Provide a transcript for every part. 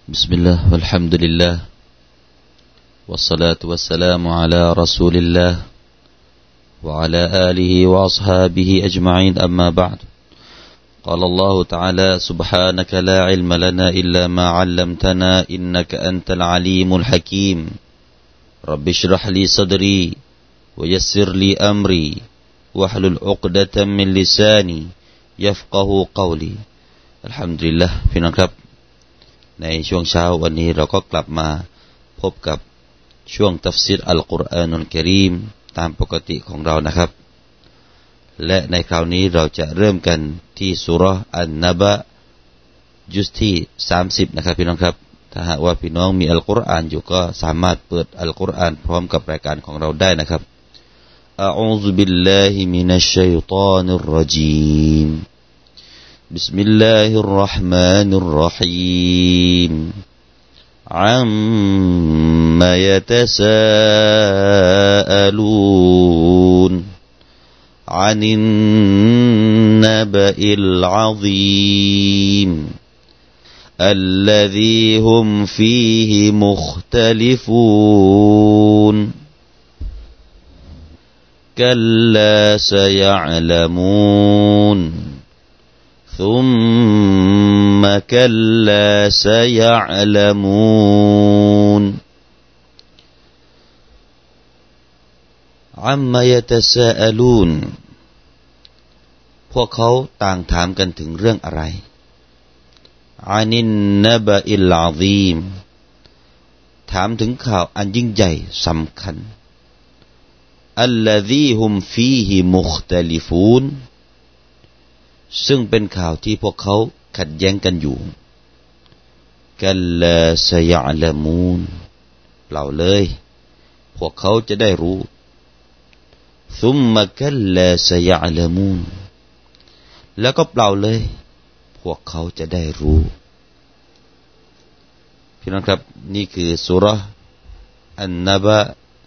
بسم الله والحمد لله والصلاة والسلام على رسول الله وعلى آله وأصحابه أجمعين أما بعد قال الله تعالى سبحانك لا علم لنا إلا ما علمتنا إنك أنت العليم الحكيم رب اشرح لي صدري ويسر لي أمري واحلل عقدة من لساني يفقه قولي الحمد لله พี่น้องครับในช่วงเช้าวันนี้เราก็กลับมาพบกับช่วงตัฟซีรอัลกุรอานุลกะรีมตามปกติของเรานะครับและในคราวนี้เราจะเริ่มกันที่ซูเราะห์อันนะบะจุสที่30นะครับพี่น้องครับถ้าหากว่าพี่น้องมีอัลกุรอานอยู่ก็สามารถเปิดอัลกุรอานพร้อมกับรายการของเราได้นะครับอะอูซุบิลลาฮิมินัชชัยฏอนิรเราะญีมبسم الله الرحمن الرحيم عما يتساءلون عن النبأ العظيم الذي هم فيه مختلفون كلا سيعلمون ثم كلا سيعلمون عما يتساءلون พวกเขาต่างถามกันถึงเรื่องอะไรอานินนะบะอิลอาซีมถามถึงข่าวอันยิ่งใหญ่สำคัญอัลลซีฮุมฟีฮิมุคตะลิฟูนซึ่งเป็นข่าวที่พวกเขาขัดแย้งกันอยู่กัลลาซะยะละมูนเปล่าเลยพวกเขาจะได้รู้ซุมมะกัลลาซะยะละมูนแล้วก็เปล่าเลยพวกเขาจะได้รู้พี่น้องครับนี่คือซูเราะห์อันนะบะ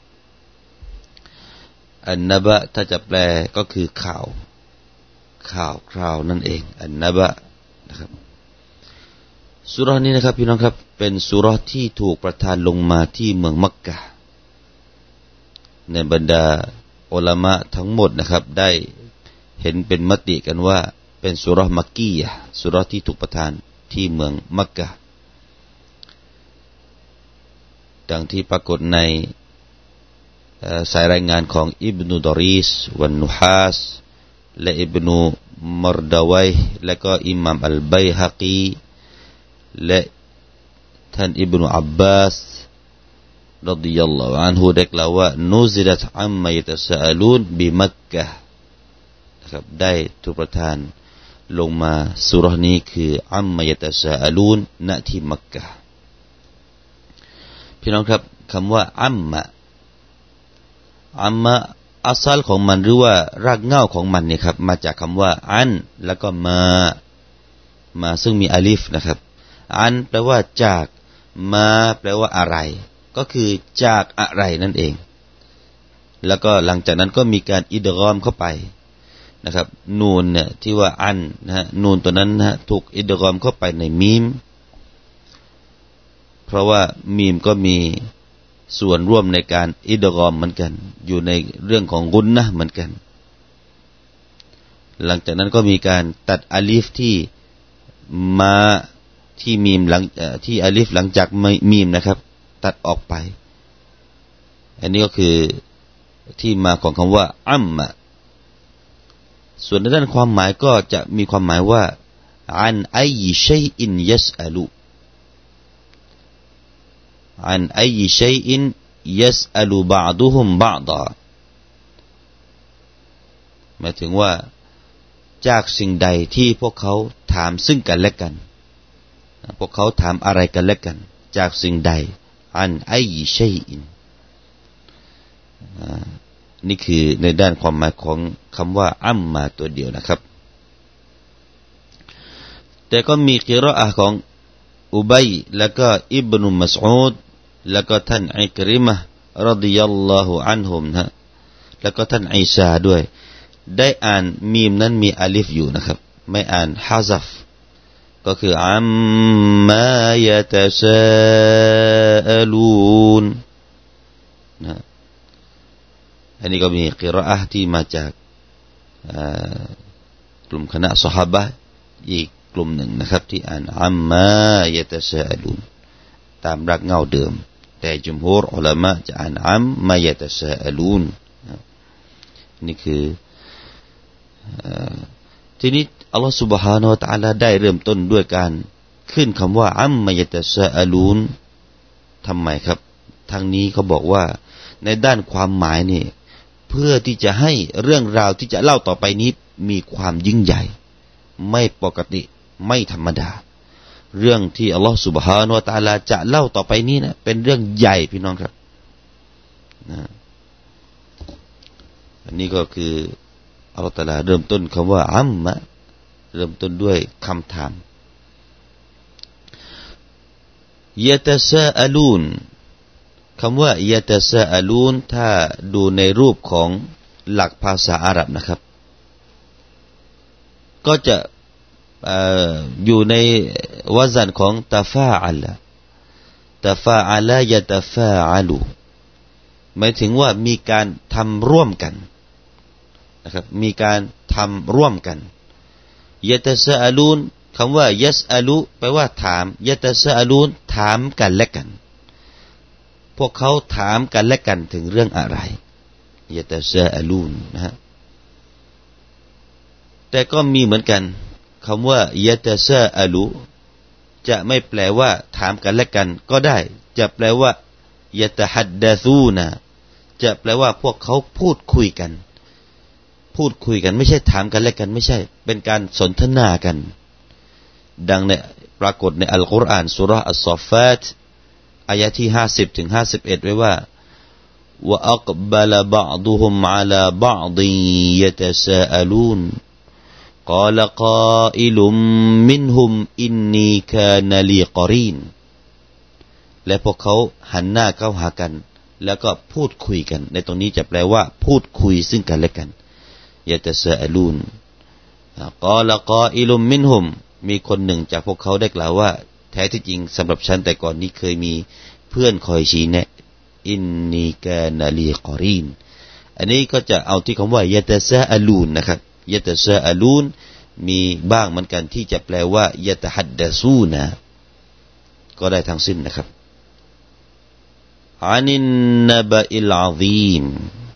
ถ้าจะแปลก็คือข่าวคราวนั่นเองอันนะบะนะครับซูเราะห์นี้นะครับพี่น้องครับเป็นซูเราะห์ที่ถูกประทานลงมาที่เมืองมักกะฮ์ในบรรดาอุลามะทั้งหมดนะครับได้เห็นเป็นมติกันว่าเป็นซูเราะห์มักกียะห์ซูเราะห์ที่ถูกประทานที่เมืองมักกะฮ์ดังที่ปรากฏในสายรายงานของอิบนุดอรีสวันนุฮาสและอิบนุมารดาวัยและก็อิหม่ามอัลบัยฮะกีและท่านอิบนุอับบาสรฎิยัลลอฮุอันฮุได้กล่าวว่านุซิลัตอัมมายะตะซาอะลูนบิมักกะฮ์นะครับได้ถูกประทานลงมาซูเราะห์นี้คืออัมมายะตะซาอะลูนณที่มักกะฮ์พี่น้องครับคำว่าอัมมะอัศลของมันหรือว่ารากเหง้าของมันเนี่ยครับมาจากคำว่าอันแล้วก็มาซึ่งมีอาลิฟนะครับอันแปลว่าจากมาแปลว่าอะไรก็คือจากอะไรนั่นเองแล้วก็หลังจากนั้นก็มีการอิดฆอมเข้าไปนะครับนูนเนี่ยที่ว่าอันนะฮะนูนตัวนั้นนะฮะถูกอิดฆอมเข้าไปในมีมเพราะว่ามีมก็มีส่วนร่วมในการอิดฆอมเหมือนกันอยู่ในเรื่องของกุนนะห์เหมือนกันหลังจากนั้นก็มีการตัดอาลิฟที่มาที่มีมหลังที่อาลิฟหลังจากมีมนะครับตัดออกไปอันนี้ก็คือที่มาของคำว่าอัมมะส่วนในด้านความหมายก็จะมีความหมายว่าอันอัยชัยอินยัสอะลูอันอัยชัยอินยัสอะลูบะอ์ดุฮุมบะอ์ฎอหมายถึงว่าจากสิ่งใดที่พวกเขาถามซึ่งกันและกันพวกเขาถามอะไรกันและกันจากสิ่งใดอันอัยชัยอินนี่คือในด้านความหมายของคำว่าอัมมาตัวเดียวนะครับแต่ก็มีกิรออะห์ของอุบัยแล้วก็อิบนุมัสอูดแล้วก็ท่านอิกริมะห์รฎิยัลลอฮุอันฮุมนะแล้วก็ท่านอีซาด้วยได้อ่านมีมนั้นมีอาลิฟอยู่นะครับไม่อ่านฮะซัฟก็คืออัมมายะตะซาอลูนนะอันนี้ก็มีกิรออะห์ที่มาจากกลุ่มคณะซอฮาบะห์อีกกลุ่มหนึ่งนะครับที่อ่านอัมมายะตะซาอลูนตามรากเหง้าเดิมแต่จุมฮูรอุลามะจะอ่านอัมมายะตะซาอลูนนี่คือทีนี้อัลลอฮฺ سبحانه และ تعالى ได้เริ่มต้นด้วยการขึ้นคำว่าอัมมายะตะซาอลูนทำไมครับทางนี้เขาบอกว่าในด้านความหมายนี่เพื่อที่จะให้เรื่องราวที่จะเล่าต่อไปนี้มีความยิ่งใหญ่ไม่ปกติไม่ธรรมดาเรื่องที่อัลลอฮฺ سبحانه และ تعالى จะเล่าต่อไปนี้นะเป็นเรื่องใหญ่พี่น้องครับนะอันนี้ก็คืออัลลอฮฺ تعالى เริ่มต้นคำว่าอัมมะเริ่มต้นด้วยคำถามยะตะซาอลูนคำว่ายะตะซาอลูนถ้าดูในรูปของหลักภาษาอาหรับนะครับก็จะอยู่ในวะซันของตะฟาอัลตะฟาอัลยะตะฟาอัลูหมายถึงว่ามีการทำร่วมกันนะครับมีการทำร่วมกันยะตะซาอลูนคำว่ายัสอลูแปลว่าถามยะตะซาอลูนถามกันและกันพวกเขาถามกันและกันถึงเรื่องอะไรยะตะซาอลูนนะฮะแต่ก็มีเหมือนกันคำว่ายะตะซาอลูจะไม่แปลว่าถามกันและกันก็ได้จะแปลว่ายะตะฮัดดะซูนะจะแปลว่าพวกเขาพูดคุยกันไม่ใช่ถามกันและกันไม่ใช่เป็นการสนทนากันดังในปรากฏในอัลกุรอานซูเราะห์อัศศอฟฟาตอายะที่50ถึง51ไว้ว่า وأقبل بعضهم على بعض يتساءلون قال قائل منهم إني كان لي قرين และพวกเขาหันหน้าเข้าหากันแล้วก็พูดคุยกันในตรงนี้จะแปลว่าพูดคุยซึ่งกันและกันยะตะซาอลูนกอละกออิลุมมินฮุมมีคนหนึ่งจากพวกเขาได้กล่าวว่าแท้ที่จริงสำหรับฉันแต่ก่อนนี้เคยมีเพื่อนคอยชี้แนะอินนีกานาลีกอรีนอันนี้ก็จะเอาที่คำว่ายะตะซาอลูนนะครับยะตะซาอลูนมีบ้างเหมือนกันที่จะแปลว่ายะตะฮัดดะซูนะก็ได้ทั้งสิ้นนะครับอานินนบะอิลอาซีม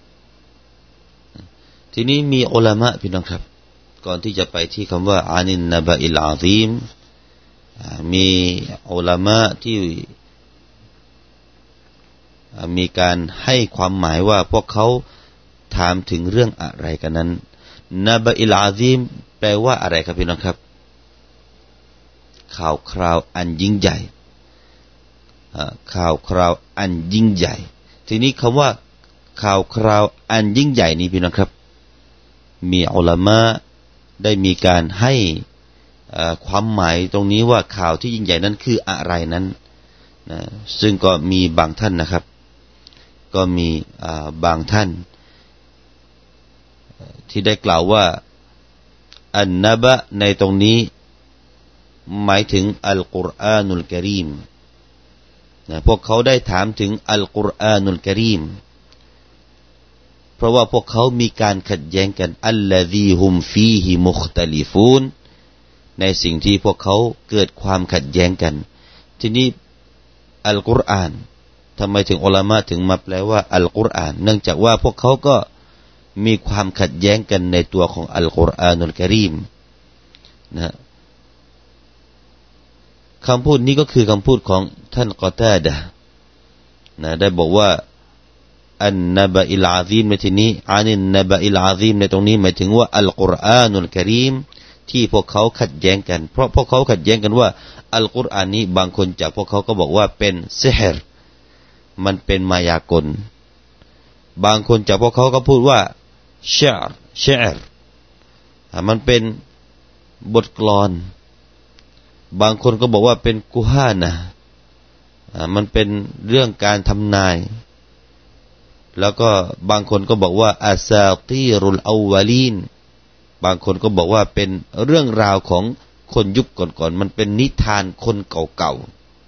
ทีนี้มีอุลามะพี่น้องครับก่อนที่จะไปที่คำว่าอานินนบะอิลอาซีมมีอุลามะที่มีการให้ความหมายว่าพวกเขาถามถึงเรื่องอะไรกันนั้นนบะอิลอาซีมแปลว่าอะไรครับพี่น้องครับข่าวคราวอันยิ่งใหญ่ข่าวคราวอันยิ่งใหญ่ทีนี้คำว่าข่าวคราวอันยิ่งใหญ่นี้พี่น้องครับมีอุลามะได้มีการให้ความหมายตรงนี้ว่าข่าวที่ยิ่งใหญ่นั้นคืออะไรนั้นนะซึ่งก็มีบางท่านนะครับก็มีบางท่านที่ได้กล่าวว่าอันนบะในตรงนี้หมายถึงอัลกุรอานุลกะรีมนะพวกเขาได้ถามถึงอัลกุรอานุลกะรีมเพราะว่าพวกเขามีการขัดแย้งกันอัลลซีฮุมฟีฮิมุคตะลิฟูนในสิ่งที่พวกเขาเกิดความขัดแย้งกันทีนี้อัลกุรอานทำไมถึงอุลามะถึงมาแปลว่าอัลกุรอานเนื่องจากว่าพวกเขาก็มีความขัดแย้งกันในตัวของอัลกุรอานุลกะรีมนะคำพูดนี้ก็คือคำพูดของท่านกอตาดะห์นะได้บอกว่าอันนบะอิลอาซีมในที่นี้อานินนบะอิลอาซีมในตรงนี้หมายถึงว่าอัลกุรอานุลกะรีมที่พวกเขาขัดแย้งกันเพราะพวกเขาขัดแย้งกันว่าอัลกุรอานนี้บางคนจากพวกเขาก็บอกว่าเป็นซิฮรมันเป็นมายากลบางคนจากพวกเขาก็พูดว่าชะรมันเป็นบทกลอนบางคนก็บอกว่าเป็นกุฮานะมันเป็นเรื่องการทำนายแล้วก็บางคนก็บอกว่าอาซาตีรุลอาวลีนบางคนก็บอกว่าเป็นเรื่องราวของคนยุคก่อนๆมันเป็นนิทานคนเก่า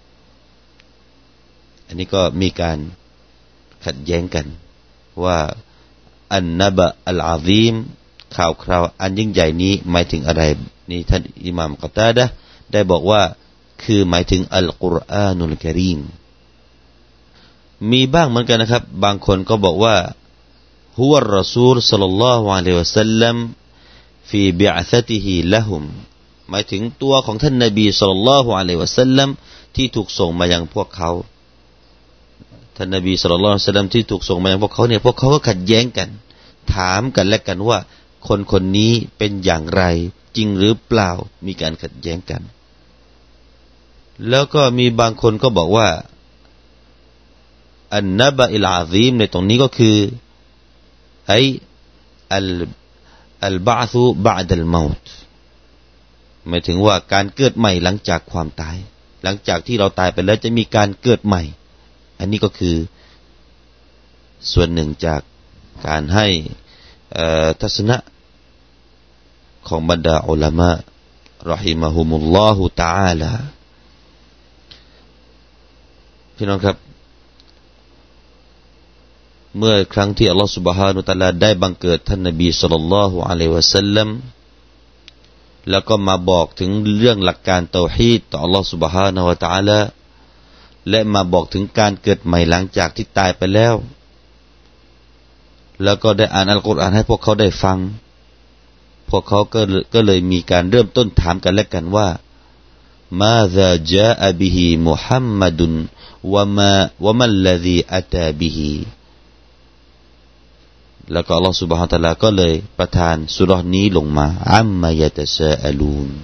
ๆอันนี้ก็มีการขัดแย้งกันว่าอันนะบะอัลอาซีมข่าวคราวอันยิ่งใหญ่นี้หมายถึงอะไรนี่ท่านอิหม่ามกอตาดะห์ได้บอกว่าคือหมายถึงอัลกุรอานุลกะรีมมีบ้างเหมือนกันนะครับบางคนก็บอกว่าฮุวัรรอซูลศ็อลลัลลอฮุอะลัยฮิวะซัลลัมฟีบิอซะติฮิละฮุมหมายถึงตัวของท่านนบีศ็อลลัลลอฮุอะลัยฮิวะซัลลัมที่ถูกส่งมายังพวกเขาท่านนบีศ็อลลัลลอฮุอะลัยฮิวะซัลลัมที่ถูกส่งมายังพวกเขาเนี่ยพวกเขาก็ขัดแย้งกันถามกันและกันว่าคนคนนี้เป็นอย่างไรจริงหรือเปล่ามีการขัดแย้งกันแล้วก็มีบางคนก็บอกว่าอันนะบะอิลอาซีมในตรงนี้ก็คือไออัลบะซุบะอ์ดัลเมาต์หมายถึงว่าการเกิดใหม่หลังจากความตายหลังจากที่เราตายไปแล้วจะมีการเกิดใหม่อันนี้ก็คือส่วนหนึ่งจากการให้ทัศนะของบรรดาอุลามะรอฮิมะฮุมุลลอฮุตะอาลาพี่น้องครับเมื่อครั้งที่อัลลอฮฺ سبحانه และ تعالى ได้บังเกิดท่านนบีศ็อลลัลลอฮุอะลัยฮิวะซัลลัมแล้วก็มาบอกถึงเรื่องหลักการเตาฮีดต่ออัลลอฮฺ سبحانه และ تعالى และมาบอกถึงการเกิดใหม่หลังจากที่ตายไปแล้วแล้วก็ได้อ่านอัลกุรอานให้พวกเขาได้ฟังพวกเขาก็เลยมีการเริ่มต้นถามกันและกันว่ามาซาจาอะบิฮิมุฮัมมัดุนวะมัลลซีอะตาบิฮิแล้วก็อัลลอฮฺ سبحانه และ تعالى ก็เลยประทานซูเราะห์นี้ลงมาอัมมายะตะซาอะลูน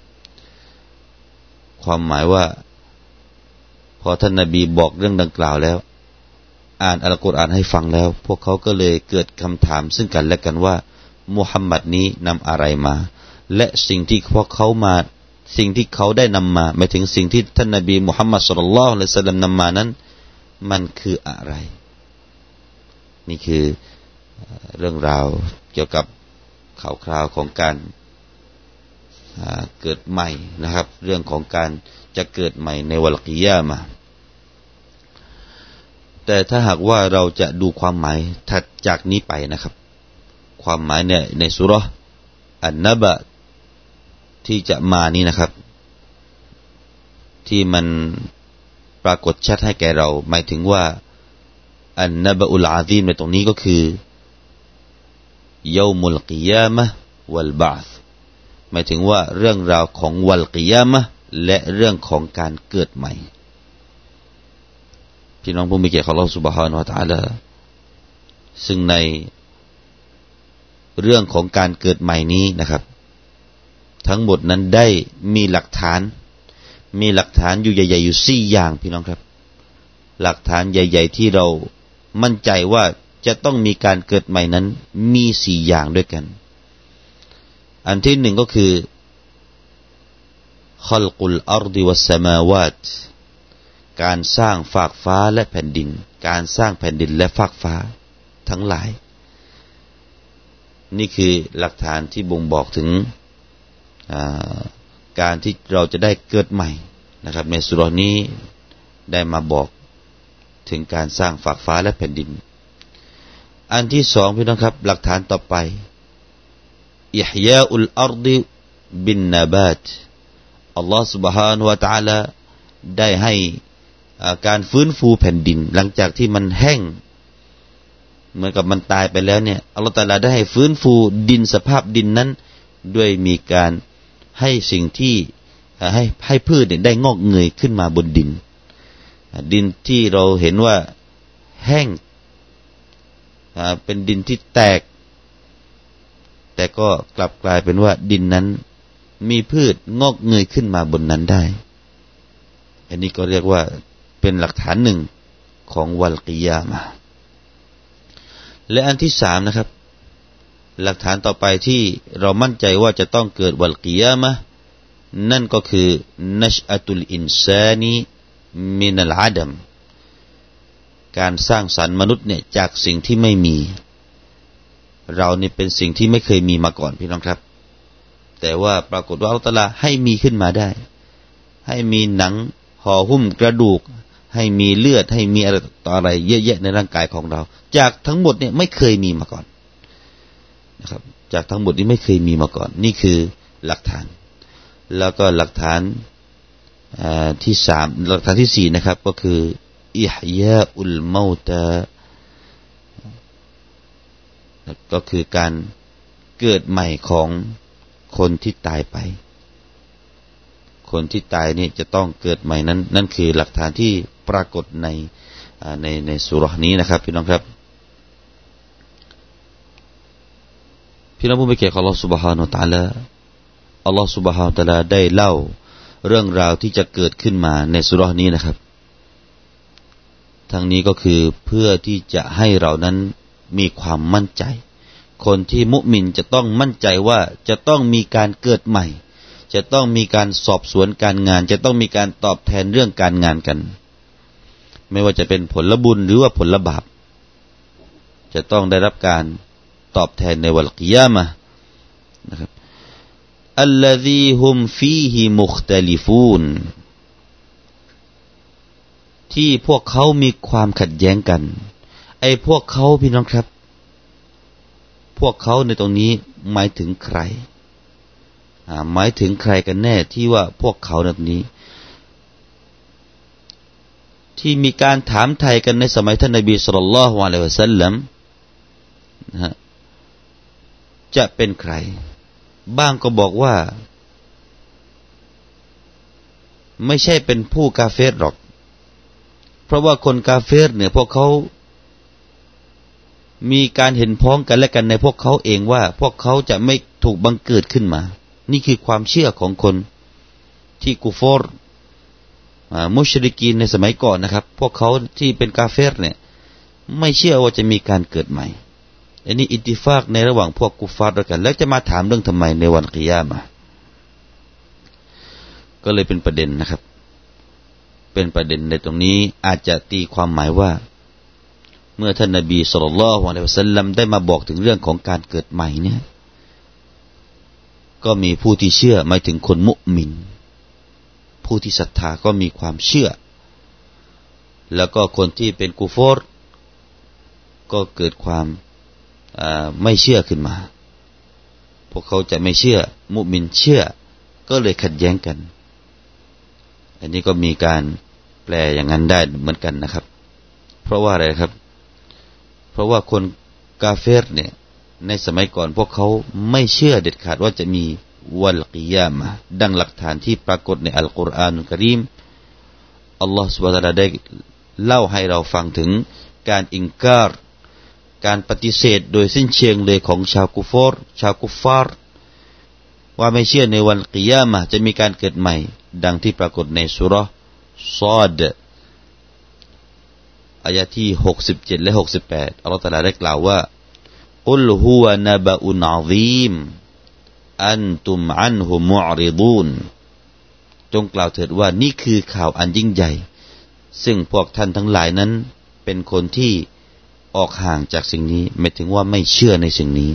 ความหมายว่าพอท่านนบีบอกเรื่องดังกล่าวแล้วอ่านอัลกุรอานให้ฟังแล้วพวกเขาก็เลยเกิดคำถามซึ่งกันและกันว่ามุฮัมมัดนี้นำอะไรมาและสิ่งที่พวกเขามาสิ่งที่เขาได้นำมาหมายถึงสิ่งที่ท่านนบีมุฮัมมัดศ็อลลัลลอฮุอะลัยฮิวะซัลลัมนำมานั้นมันคืออะไรนี่คือเรื่องราวเกี่ยวกับข่าวคราวของการเกิดใหม่นะครับเรื่องของการจะเกิดใหม่ในวันกิยามะห์แต่ถ้าหากว่าเราจะดูความหมายถัดจากนี้ไปนะครับความหมายเนี่ยในซูเราะห์อันนะบะที่จะมานี้นะครับที่มันปรากฏชัดให้แก่เราหมายถึงว่าอันนะบะอุลอาซีมในตรงนี้ก็คือเยามุลกิยามะฮ์วัลบะอ์หมายถึงว่าเรื่องราวของวัลกิยามะฮ์และเรื่องของการเกิดใหม่พี่น้องผู้มีเกียรติของอัลเลาะห์ซุบฮานะฮูวะตะอาลาซึ่งในเรื่องของการเกิดใหม่นี้นะครับทั้งหมดนั้นได้มีหลักฐานอยู่ใหญ่ๆอยู่4อย่างพี่น้องครับหลักฐานใหญ่ๆที่เรามั่นใจว่าจะต้องมีการเกิดใหม่นั้นมี4อย่างด้วยกันอันที่1ก็คือคัลกุลอัรฎิวัสสมาวาตการสร้างฟากฟ้าและแผ่นดินการสร้างแผ่นดินและฟากฟ้าทั้งหลายนี่คือหลักฐานที่บ่งบอกถึงการที่เราจะได้เกิดใหม่นะครับในซูเราะห์นี้ได้มาบอกถึงการสร้างฟากฟ้าและแผ่นดินอันที่2พี่น้องครับหลักฐานต่อไปอิฮยาอุลอัรฎิบินนาบาตอัลลอฮฺ سبحانه และ تعالى ได้ให้การฟื้นฟูแผ่นดินหลังจากที่มันแห้งเหมือนกับมันตายไปแล้วเนี่ยอัลลอฮฺตะอาลาได้ให้ฟื้นฟูดินสภาพดินนั้นด้วยมีการให้สิ่งที่ให้พืชได้งอกเงยขึ้นมาบนดินที่เราเห็นว่าแห้งเป็นดินที่แตกแต่ก็กลับกลายเป็นว่าดินนั้นมีพืชงอกเงยขึ้นมาบนนั้นได้อันนี้ก็เรียกว่าเป็นหลักฐานหนึ่งของวัลกิยามะห์และอันที่3นะครับหลักฐานต่อไปที่เรามั่นใจว่าจะต้องเกิดวัลกิยามะห์นั่นก็คือนัชอะตุลอินซานีมินัลอะดัมการสร้างสรรค์มนุษย์เนี่ยจากสิ่งที่ไม่มีเรานี่เป็นสิ่งที่ไม่เคยมีมาก่อนพี่น้องครับแต่ว่าปรากฏว่าอัลเลาะห์ตะอาลาให้มีขึ้นมาได้ให้มีหนังห่อหุ้มกระดูกให้มีเลือดให้มีอะไรต่ออะไรเยอะแยะในร่างกายของเราจากทั้งหมดเนี่ยไม่เคยมีมาก่อนนะครับจากทั้งหมดนี้ไม่เคยมีมาก่อนนี่คือหลักฐานแล้วก็หลักฐานที่3หลักฐานที่4นะครับก็คืออิฮยาอุลเมาตาก็คือการเกิดใหม่ของคนที่ตายไปคนที่ตายนี่จะต้องเกิดใหม่นั่นคือหลักฐานที่ปรากฏในซูเราะห์นี้นะครับพี่น้องครับพี่น้องผู้มีเกียรติของอัลเลาะห์ซุบฮานะฮูวะตะอาลาอัลเลาะห์ซุบฮานะฮูวะตะอาลาได้เล่าเรื่องราวที่จะเกิดขึ้นมาในซูเราะห์นี้นะครับทั้งนี้ก็คือเพื่อที่จะให้เรานั้นมีความมั่นใจคนที่มุมินจะต้องมั่นใจว่าจะต้องมีการเกิดใหม่จะต้องมีการสอบสวนการงานจะต้องมีการตอบแทนเรื่องการงานกันไม่ว่าจะเป็นผลบุญหรือว่าผลบาปจะต้องได้รับการตอบแทนในวันกิยามะห์นะครับอัลลซีฮุมฟีฮิมุคตะลิฟูนที่พวกเขามีความขัดแย้งกันไอ้พวกเขาพี่น้องครับพวกเขาในตรงนี้หมายถึงใครหมายถึงใครกันแน่ที่ว่าพวกเขาแบบนี้ที่มีการถามไถ่กันในสมัยท่านนบีศ็อลลัลลอฮุอะลัยฮิวะซัลลัมนะจะเป็นใครบ้างก็บอกว่าไม่ใช่เป็นผู้กาเฟรหรอกเพราะว่าคนกาเฟรเนี่ยพวกเขามีการเห็นพ้องกันและกันในพวกเขาเองว่าพวกเขาจะไม่ถูกบังเกิดขึ้นมานี่คือความเชื่อของคนที่กุฟรมุชริกีนในสมัยก่อนนะครับพวกเขาที่เป็นกาเฟรเนี่ยไม่เชื่อว่าจะมีการเกิดใหม่อันนี้อิตติฟากในระหว่างพวกกุฟาร์ด้วยกันแล้วจะมาถามเรื่องทำไมในวันกิยามะห์ก็เลยเป็นประเด็นนะครับเป็นประเด็นในตรงนี้อาจจะตีความหมายว่าเมื่อท่านนบีศ็อลลัลลอฮุอะลัยฮิวะซัลลัมได้มาบอกถึงเรื่องของการเกิดใหม่เนี่ยก็มีผู้ที่เชื่อหมายถึงคนมุมินผู้ที่ศรัทธาก็มีความเชื่อแล้วก็คนที่เป็นกุฟรก็เกิดความไม่เชื่อขึ้นมาพวกเขาจะไม่เชื่อมุมินเชื่อก็เลยขัดแย้งกันอันนี้ก็มีการแปลอย่างนั้นได้เหมือนกันนะครับเพราะว่าอะไรครับเพราะว่าคนกาเฟรเนี่ยในสมัยก่อนพวกเขาไม่เชื่อเด็ดขาดว่าจะมีวันกิยามะห์ดังหลักฐานที่ปรากฏในอัลกุรอานุลกะรีมอัลลอฮฺซุบฮานะฮูวะตะอาลาได้เล่าให้เราฟังถึงการอิงการการปฏิเสธโดยสิ้นเชิงเลยของชาวกุฟาร์ว่าไม่เชื่อในวันกิยามะห์จะมีการเกิดใหม่ดังที่ปรากฏในซูเราะห์ศอดอายะที่67และ68อัลเลาะห์ตะอาลาได้กล่าวว่ากุลฮุวะนะบะอุนอะซีมอันตุมอันฮุมุอริฎูนจงกล่าวเถิดว่านี่คือข่าวอันยิ่งใหญ่ซึ่งพวกท่านทั้งหลายนั้นเป็นคนที่ออกห่างจากสิ่งนี้หมายถึงว่าไม่เชื่อในสิ่งนี้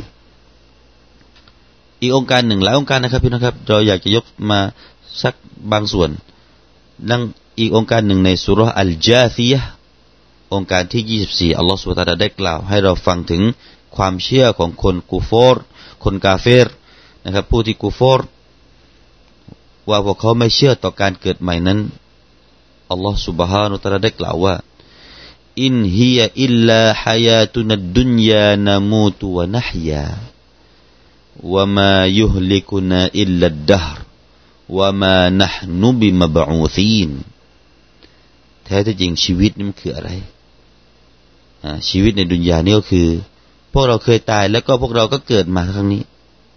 อีกองค์การหนึ่งหลายองค์การนะครับพี่น้องครับเราอยากจะยกมาสักบางส่วนดังอีกองค์การหนึ่งในซูเราะห์อัลญาซียะห์องค์การที่24อัลเลาะห์ซุบฮานะฮูวะตะอาลาได้กล่าวให้เราฟังถึงความเชื่อของคนกุฟรคนกาเฟรนะครับผู้ที่กุฟรว่าพวกเขาไม่เชื่อต่อการเกิดใหม่นั้นอัลลอฮฺ سبحانه และ تعالى ได้กล่าวว่าอินฮิยะอิลลาฮายาตุนัดดุนยานะมูตุวะนะฮยาวะมายุฮลิกุนาอิลลัดดะฮรวะมานะห์นุบิมะบะอูซีนแท้ที่จริงชีวิตนี่มันคืออะไรชีวิตในดุนยานี่ก็คือพวกเราเคยตายแล้วก็พวกเราก็เกิดมาครั้งนี้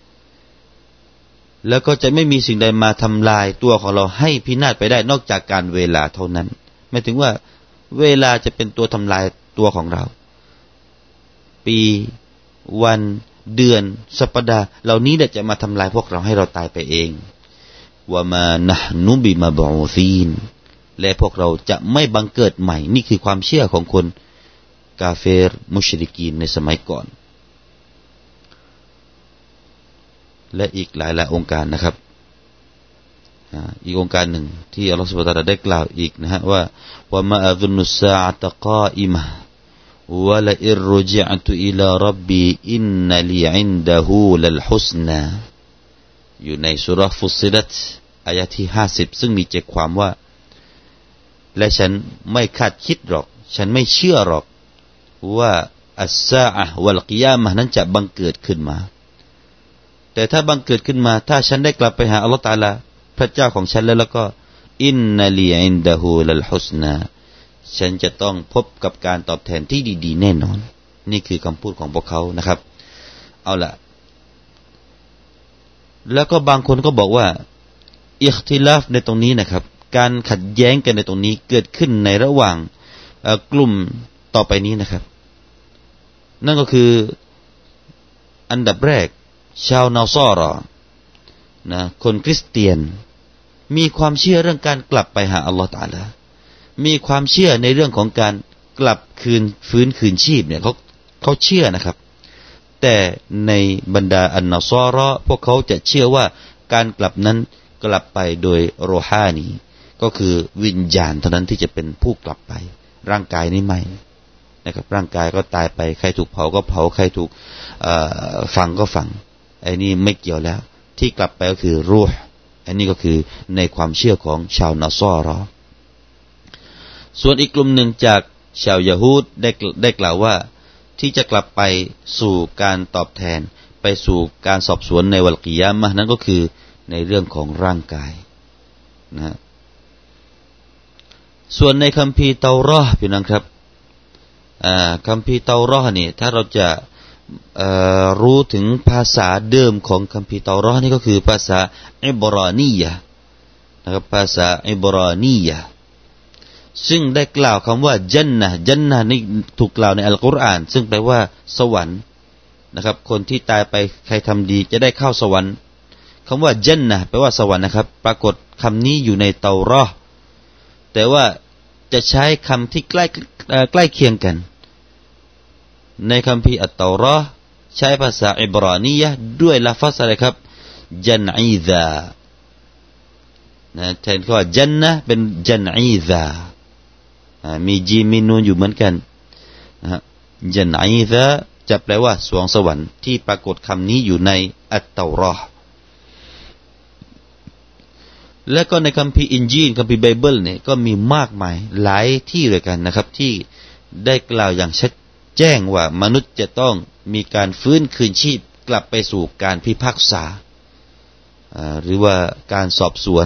แล้วก็จะไม่มีสิ่งใดมาทำลายตัวของเราให้พินาศไปได้นอกจากการเวลาเท่านั้นหมายถึงว่าเวลาจะเป็นตัวทำลายตัวของเราปีวันเดือนสัปดาห์เหล่านี้แหละจะมาทำลายพวกเราให้เราตายไปเองวะมานะห์นุบิมะบะอูซีนและพวกเราจะไม่บังเกิดใหม่นี่คือความเชื่อของคนกาเฟรมุชริกีนในสมัยก่อนและอีกหลายๆองค์การนะครับอีกองค์การหนึ่งที่อัลลอฮฺซุบฮานะฮูวะตะอาลาได้กล่าวอีกนะฮะว่ามาอะซุนนุสซาอะตะกออิมะฮ์วะละอิรรุจิอตุอิลาร็อบบีอินนะลีอินดะฮูลัลฮุสนาอยู่ในซูเราะห์ฟุศซิลัตอายะที่50ซึ่งมีใจความว่าและฉันไม่คาดคิดหรอกฉันไม่เชื่อหรอกว่าอัสซาอะฮ์วัลกิยามะฮ์นั้นจะบังเกิดขึ้นมาแต่ถ้าบังเกิดขึ้นมาถ้าฉันได้กลับไปหาอัลเลาะห์ตะอาลาพระเจ้าของฉันแล้วก็อินนะลีอินดะฮูลัลฮุสนาฉันจะต้องพบกับการตอบแทนที่ดีๆแน่นอนนี่คือคำพูดของพวกเขานะครับเอาล่ะแล้วก็บางคนก็บอกว่าอิคติลาฟในตรงนี้นะครับการขัดแย้งกันในตรงนี้เกิดขึ้นในระหว่างกลุ่มต่อไปนี้นะครับนั่นก็คืออันดับแรกชาวนาซอรอนะคนคริสเตียนมีความเชื่อเรื่องการกลับไปหาอัลลอฮฺตะอาลามีความเชื่อในเรื่องของการกลับคืนฟื้นคืนชีพเนี่ยเขาเชื่อนะครับแต่ในบรรดาอันนาซอรอพวกเขาจะเชื่อว่าการกลับนั้นกลับไปโดยโรฮานีก็คือวิญญาณเท่านั้นที่จะเป็นผู้กลับไปร่างกายนี้ไม่นะครับร่างกายก็ตายไปใครถูกเผาก็เผาใครถูกฝังก็ฝังไอ้นี่ไม่เกี่ยวแล้วที่กลับไปก็คือรูห์อันนี้ก็คือในความเชื่อของชาวนาซอรอส่วนอีกกลุ่มหนึ่งจากชาวยะฮูดได้กล่าวว่าที่จะกลับไปสู่การตอบแทนไปสู่การสอบสวนในวัลกิยามะฮ์นั้นก็คือในเรื่องของร่างกายนะส่วนในคัมภีร์เตาเราะห์พี่น้องครับคัมภีร์เตาเราะห์นี่ถ้าเราจะรู้ถึงภาษาเดิมของคัมภีร์เตาเราะห์นี่ก็คือภาษาอิบรานียะห์นะครับภาษาอิบรานียะห์ซึ่งได้กล่าวคำว่าญันนะห์ญันนะห์นี่ถูกกล่าวในอัลกุรอานซึ่งแปลว่าสวรรค์นะครับคนที่ตายไปใครทำดีจะได้เข้าสวรรค์คำว่าญันนะห์แปลว่าสวรรค์นะครับปรากฏคำนี้อยู่ในเตาเราะห์แต่ว่าจะใช้คำที่ใกล้เคียงกันในคัมภีร์อัตเตาเราะห์ใช้ภาษาอิบรานียะห์ด้วยลาฟัซอะไรครับจันอีซานะแทนคำว่าจันนะห์เป็นจันอีซามีจีมมีนูนอยู่เหมือนกันนะจันอีซาจะแปลว่าสวงสวรรค์ที่ปรากฏคำนี้อยู่ในอัตเตาเราะห์และก็ในคัมภีร์อินจีลคัมภีร์ไบเบิลเนี่ยก็มีมากมายหลายที่เลยกันนะครับที่ได้กล่าวอย่างชัดแจ้งว่ามนุษย์จะต้องมีการฟื้นคืนชีพกลับไปสู่การพิพากษาหรือว่าการสอบสวน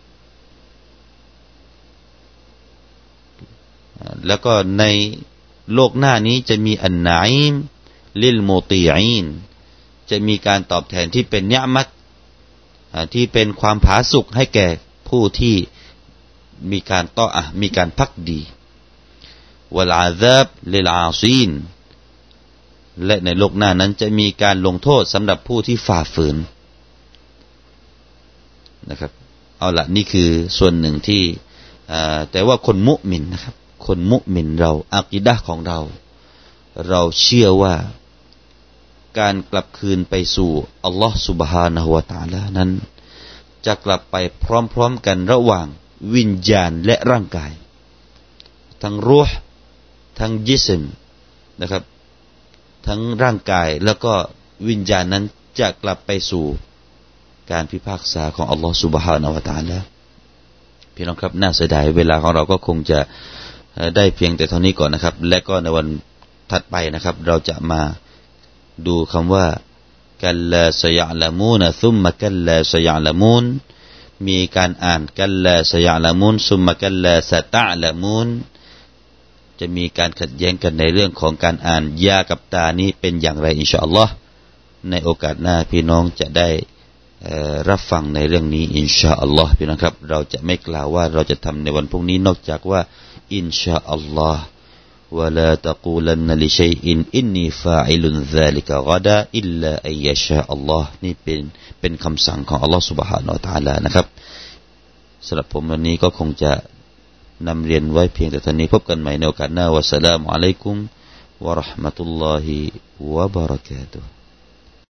แล้วก็ในโลกหน้านี้จะมีอันไนม์ลิลมุตีอีนจะมีการตอบแทนที่เป็นเนียมัตที่เป็นความผาสุกให้แก่ผู้ที่มีการต่อมีการภักดีวัลอาซาบลิลอาซีนและในโลกหน้านั้นจะมีการลงโทษสำหรับผู้ที่ฝ่าฝืนนะครับเอาละนี่คือส่วนหนึ่งที่แต่ว่าคนมุมินนะครับคนมุมินเราอากีดะห์ของเราเชื่อว่าการกลับคืนไปสู่อัลลอฮฺ سبحانه และ تعالى นั้นจะกลับไปพร้อมๆกันระหว่างวิญญาณและร่างกายทั้งรูห์ทั้งญิสมนะครับทั้งร่างกายแล้วก็วิญญาณนั้นจะกลับไปสู่การพิพากษาของอัลลอฮฺ سبحانه และ تعالى พี่น้องครับน่าเสียดายเวลาของเราก็คงจะได้เพียงแต่เท่านี้ก่อนนะครับและก็ในวันถัดไปนะครับเราจะมาดูคำว่ากัลลาซะยะละมูนซุมมะกัลลาซะยะละมูนมีการอ่านกัลลาซะยะละมูนซุมมะกัลลาซะตะละมูนจะมีการขัดแย้งกันในเรื่องของการอ่านยากับตานี้เป็นอย่างไรอินชาอัลลอฮ์ในโอกาสหน้าพี่น้องจะได้รับฟังในเรื่องนี้อินชาอัลลอฮ์พี่น้องครับเราจะไม่กล่าวว่าเราจะทำในวันพรุ่งนี้นอกจากว่าอินชาอัลลอฮ์ولا تقولن لشيء إني فاعل ذلك غدا إلا أن يشاء الله นี่เป็นคำสั่งของอัลลอฮฺ سبحانه และ تعالى นะครับสำหรับผมวันนี้ก็คงจะนำเรียนไว้เพียงแต่เท่านี้พบกันใหม่ในโอกาสหน้าวะสลามุอะลัยกุมวะเราะห์มะตุลลอฮิวะบะเราะกาตุฮ์